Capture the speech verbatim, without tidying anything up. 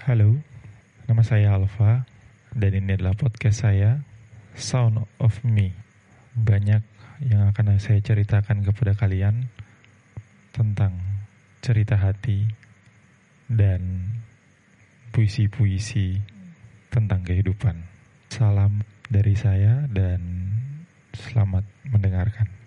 Halo, nama saya Alfa dan ini adalah podcast saya, Sound of Me. Banyak yang akan saya ceritakan kepada kalian tentang cerita hati dan puisi-puisi tentang kehidupan. Salam dari saya dan selamat mendengarkan.